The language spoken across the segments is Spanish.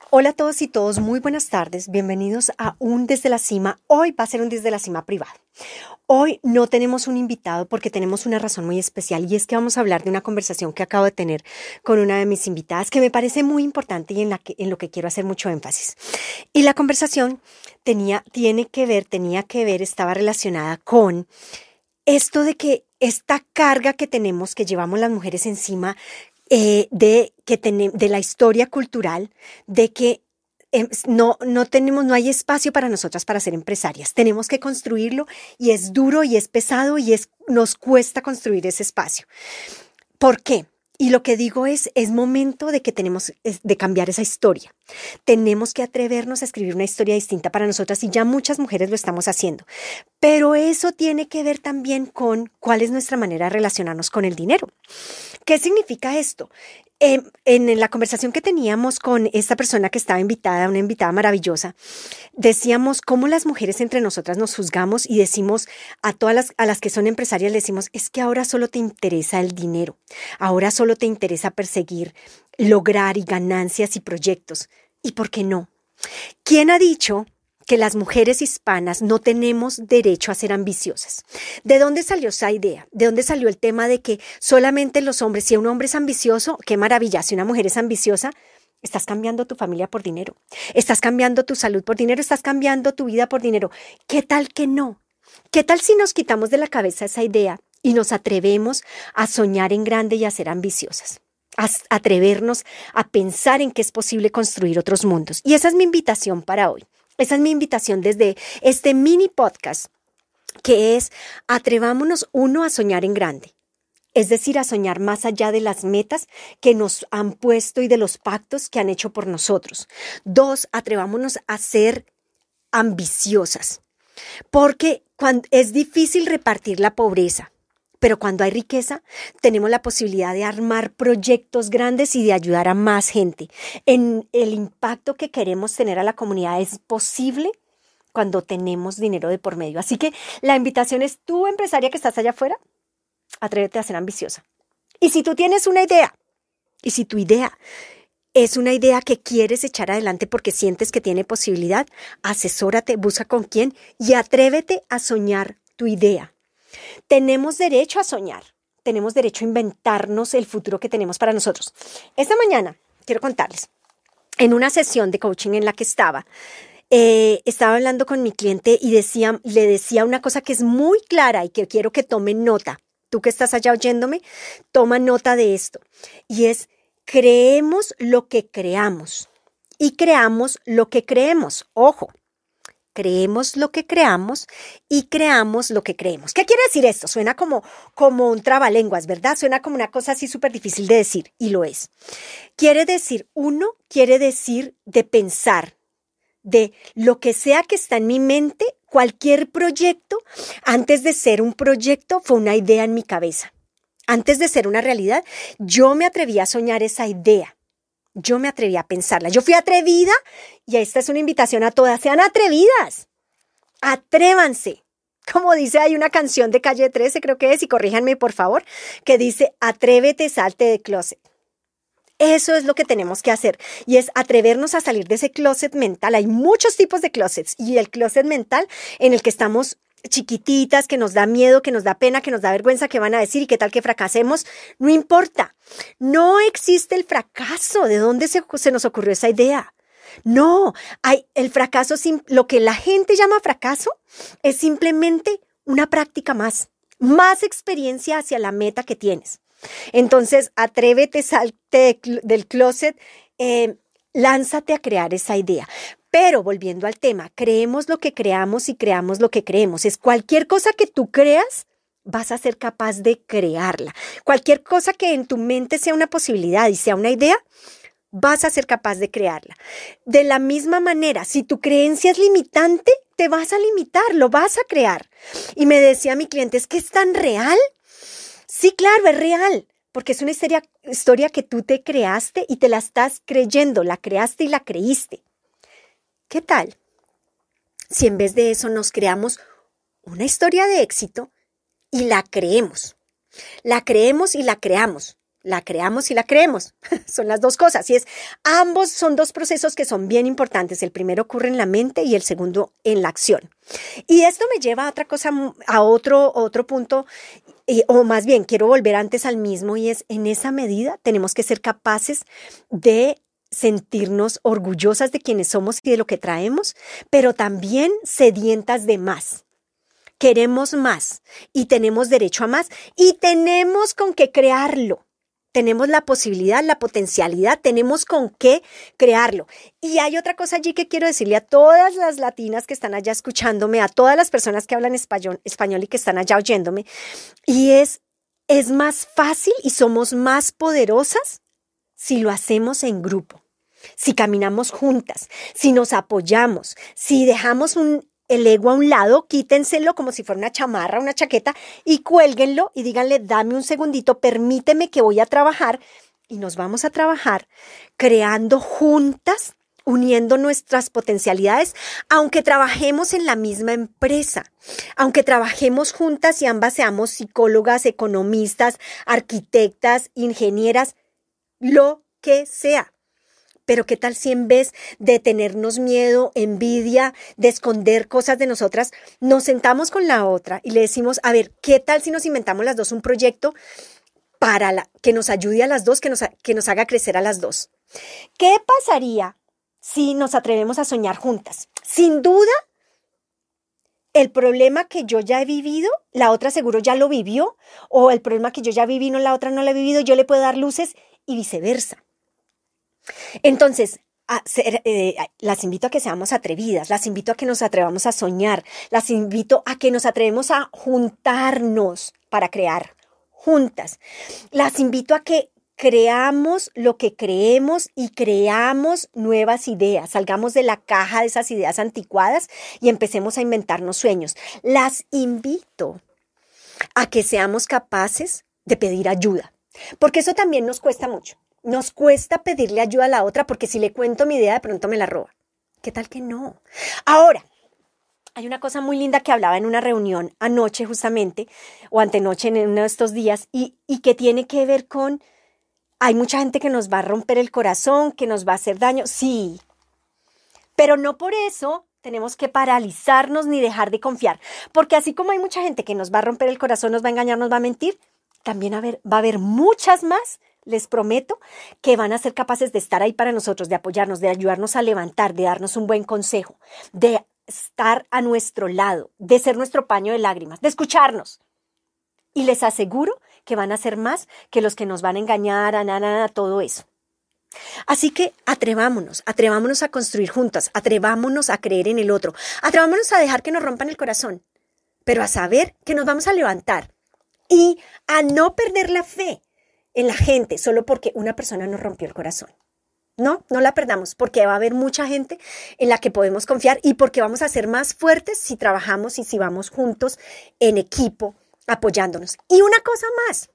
Hola a todos y todos, muy buenas tardes, bienvenidos a un Desde la Cima. Hoy va a ser un Desde la Cima privado. Hoy no tenemos un invitado porque tenemos una razón muy especial y es que vamos a hablar de una conversación que acabo de tener con una de mis invitadas que me parece muy importante y en lo que quiero hacer mucho énfasis. Y la conversación tenía que ver, estaba relacionada con esto de que esta carga que tenemos, que llevamos las mujeres encima, de la historia cultural, de que no hay espacio para nosotras para ser empresarias. Tenemos que construirlo y es duro y es pesado y nos cuesta construir ese espacio. ¿Por qué? Y lo que digo es momento de que tenemos de cambiar esa historia. Tenemos que atrevernos a escribir una historia distinta para nosotras y ya muchas mujeres lo estamos haciendo. Pero eso tiene que ver también con cuál es nuestra manera de relacionarnos con el dinero. ¿Qué significa esto? En la conversación que teníamos con esta persona que estaba invitada, una invitada maravillosa, decíamos cómo las mujeres entre nosotras nos juzgamos y decimos a todas a las que son empresarias, le decimos, es que ahora solo te interesa el dinero, ahora solo te interesa perseguir, lograr y ganancias y proyectos. ¿Y por qué no? ¿Quién ha dicho que las mujeres hispanas no tenemos derecho a ser ambiciosas? ¿De dónde salió esa idea? ¿De dónde salió el tema de que solamente los hombres, si un hombre es ambicioso, qué maravilla, si una mujer es ambiciosa, estás cambiando tu familia por dinero, estás cambiando tu salud por dinero, estás cambiando tu vida por dinero? ¿Qué tal que no? ¿Qué tal si nos quitamos de la cabeza esa idea y nos atrevemos a soñar en grande y a ser ambiciosas? A atrevernos a pensar en que es posible construir otros mundos. Y esa es mi invitación para hoy. Esa es mi invitación desde este mini podcast, que es atrevámonos, uno, a soñar en grande. Es decir, a soñar más allá de las metas que nos han puesto y de los pactos que han hecho por nosotros. Dos, atrevámonos a ser ambiciosas. Porque es difícil repartir la pobreza. Pero cuando hay riqueza, tenemos la posibilidad de armar proyectos grandes y de ayudar a más gente. En el impacto que queremos tener a la comunidad es posible cuando tenemos dinero de por medio. Así que la invitación es, tú, empresaria que estás allá afuera, atrévete a ser ambiciosa. Y si tú tienes una idea, y si tu idea es una idea que quieres echar adelante porque sientes que tiene posibilidad, asesórate, busca con quién y atrévete a soñar tu idea. Tenemos derecho a soñar, tenemos derecho a inventarnos el futuro que tenemos para nosotros. Esta mañana, quiero contarles, en una sesión de coaching en la que estaba hablando con mi cliente y le decía una cosa que es muy clara y que quiero que tomen nota. Tú que estás allá oyéndome, toma nota de esto. Y es, creemos lo que creamos y creamos lo que creemos. Ojo. Creemos lo que creamos y creamos lo que creemos. ¿Qué quiere decir esto? Suena como un trabalenguas, ¿verdad? Suena como una cosa así súper difícil de decir, y lo es. Quiere decir de pensar, de lo que sea que está en mi mente, cualquier proyecto, antes de ser un proyecto, fue una idea en mi cabeza. Antes de ser una realidad, yo me atreví a soñar esa idea. Yo me atreví a pensarla. Yo fui atrevida y esta es una invitación a todas. Sean atrevidas. Atrévanse. Como dice, hay una canción de Calle 13, creo que es, y corríjanme por favor, que dice, atrévete, salte del closet. Eso es lo que tenemos que hacer y es atrevernos a salir de ese closet mental. Hay muchos tipos de closets y el closet mental en el que estamos chiquititas, que nos da miedo, que nos da pena, que nos da vergüenza, que van a decir y qué tal que fracasemos, no importa. No existe el fracaso. ¿De dónde se nos ocurrió esa idea? No, el fracaso, lo que la gente llama fracaso es simplemente una práctica más experiencia hacia la meta que tienes. Entonces, atrévete, salte del closet, lánzate a crear esa idea. Pero volviendo al tema, creemos lo que creamos y creamos lo que creemos. Es cualquier cosa que tú creas, vas a ser capaz de crearla. Cualquier cosa que en tu mente sea una posibilidad y sea una idea, vas a ser capaz de crearla. De la misma manera, si tu creencia es limitante, te vas a limitar, lo vas a crear. Y me decía mi cliente, ¿es que es tan real? Sí, claro, es real. Porque es una historia que tú te creaste y te la estás creyendo, la creaste y la creíste. ¿Qué tal si en vez de eso nos creamos una historia de éxito y la creemos? La creemos y la creamos. la creamos y la creemos. Son las dos cosas. Ambos son dos procesos que son bien importantes. El primero ocurre en la mente y el segundo en la acción. Y esto me lleva a otra cosa, a otro punto, o más bien quiero volver antes al mismo, y es en esa medida tenemos que ser capaces de sentirnos orgullosas de quienes somos y de lo que traemos, pero también sedientas de más. Queremos más y tenemos derecho a más y tenemos con qué crearlo. Tenemos la posibilidad, la potencialidad, tenemos con qué crearlo. Y hay otra cosa allí que quiero decirle a todas las latinas que están allá escuchándome, a todas las personas que hablan español y que están allá oyéndome, y es más fácil y somos más poderosas si lo hacemos en grupo, si caminamos juntas, si nos apoyamos, si dejamos el ego a un lado, quítenselo como si fuera una chamarra, una chaqueta y cuélguenlo y díganle, dame un segundito, permíteme que voy a trabajar, y nos vamos a trabajar creando juntas, uniendo nuestras potencialidades, aunque trabajemos en la misma empresa, aunque trabajemos juntas y ambas seamos psicólogas, economistas, arquitectas, ingenieras, lo que sea. Pero ¿qué tal si en vez de tenernos miedo, envidia, de esconder cosas de nosotras, nos sentamos con la otra y le decimos, a ver, ¿qué tal si nos inventamos las dos un proyecto que nos ayude a las dos, que nos haga crecer a las dos? ¿Qué pasaría si nos atrevemos a soñar juntas? Sin duda, el problema que yo ya he vivido, la otra seguro ya lo vivió, o el problema que yo ya viví, no, la otra no lo ha vivido, yo le puedo dar luces y viceversa. Entonces, las invito a que seamos atrevidas, las invito a que nos atrevamos a soñar, las invito a que nos atrevemos a juntarnos para crear juntas. Las invito a que creamos lo que creemos y creamos nuevas ideas, salgamos de la caja de esas ideas anticuadas y empecemos a inventarnos sueños. Las invito a que seamos capaces de pedir ayuda, porque eso también nos cuesta mucho. Nos cuesta pedirle ayuda a la otra porque si le cuento mi idea de pronto me la roba. ¿Qué tal que no? Ahora, hay una cosa muy linda que hablaba en una reunión anoche justamente o antenoche en uno de estos días y que tiene que ver con, hay mucha gente que nos va a romper el corazón, que nos va a hacer daño, sí, pero no por eso tenemos que paralizarnos ni dejar de confiar, porque así como hay mucha gente que nos va a romper el corazón, nos va a engañar, nos va a mentir, también va a haber muchas más. Les prometo que van a ser capaces de estar ahí para nosotros, de apoyarnos, de ayudarnos a levantar, de darnos un buen consejo, de estar a nuestro lado, de ser nuestro paño de lágrimas, de escucharnos. Y les aseguro que van a ser más que los que nos van a engañar, a todo eso. Así que atrevámonos a construir juntas, atrevámonos a creer en el otro, atrevámonos a dejar que nos rompan el corazón, pero a saber que nos vamos a levantar y a no perder la fe en la gente solo porque una persona nos rompió el corazón. No la perdamos, porque va a haber mucha gente en la que podemos confiar y porque vamos a ser más fuertes si trabajamos y si vamos juntos en equipo apoyándonos. Y una cosa más,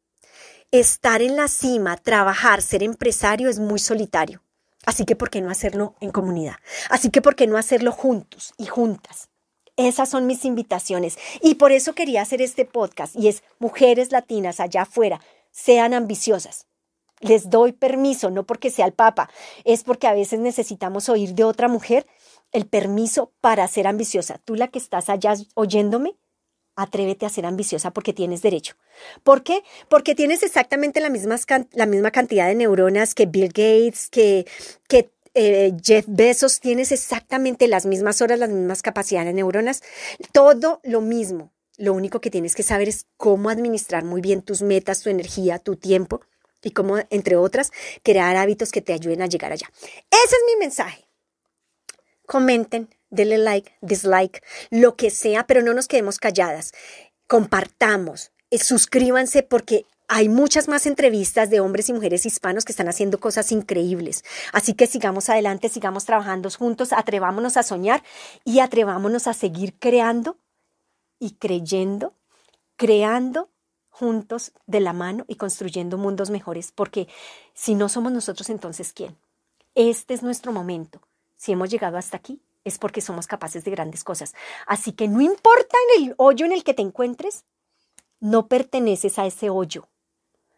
estar en la cima, trabajar, ser empresario es muy solitario. Así que ¿por qué no hacerlo en comunidad? Así que ¿por qué no hacerlo juntos y juntas? Esas son mis invitaciones y por eso quería hacer este podcast y es mujeres latinas allá afuera. Sean ambiciosas. Les doy permiso, no porque sea el Papa, es porque a veces necesitamos oír de otra mujer el permiso para ser ambiciosa. Tú la que estás allá oyéndome, atrévete a ser ambiciosa porque tienes derecho. ¿Por qué? Porque tienes exactamente la misma cantidad de neuronas que Bill Gates, que Jeff Bezos, tienes exactamente las mismas horas, las mismas capacidades de neuronas, todo lo mismo. Lo único que tienes que saber es cómo administrar muy bien tus metas, tu energía, tu tiempo y cómo, entre otras, crear hábitos que te ayuden a llegar allá. Ese es mi mensaje. Comenten, denle like, dislike, lo que sea, pero no nos quedemos calladas. Compartamos, suscríbanse porque hay muchas más entrevistas de hombres y mujeres hispanos que están haciendo cosas increíbles. Así que sigamos adelante, sigamos trabajando juntos, atrevámonos a soñar y atrevámonos a seguir creando y creyendo, creando juntos de la mano y construyendo mundos mejores, porque si no somos nosotros, entonces ¿quién? Este es nuestro momento. Si hemos llegado hasta aquí, es porque somos capaces de grandes cosas. Así que no importa en el hoyo en el que te encuentres, no perteneces a ese hoyo.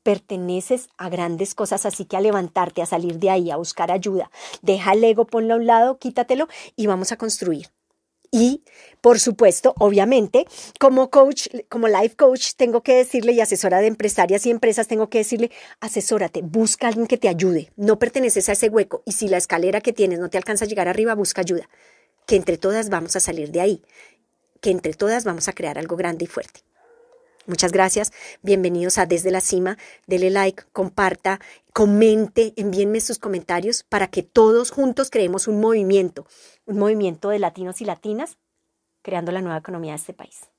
perteneces a grandes cosas, así que a levantarte, a salir de ahí, a buscar ayuda. Deja el ego, ponlo a un lado, quítatelo y vamos a construir. Y, por supuesto, obviamente, como coach, como life coach, tengo que decirle, y asesora de empresarias y empresas, tengo que decirle, asesórate, busca a alguien que te ayude. No perteneces a ese hueco. Y si la escalera que tienes no te alcanza a llegar arriba, busca ayuda. Que entre todas vamos a salir de ahí. Que entre todas vamos a crear algo grande y fuerte. Muchas gracias. Bienvenidos a Desde la Cima. Dele like, comparta, comente, envíenme sus comentarios para que todos juntos creemos un movimiento de latinos y latinas creando la nueva economía de este país.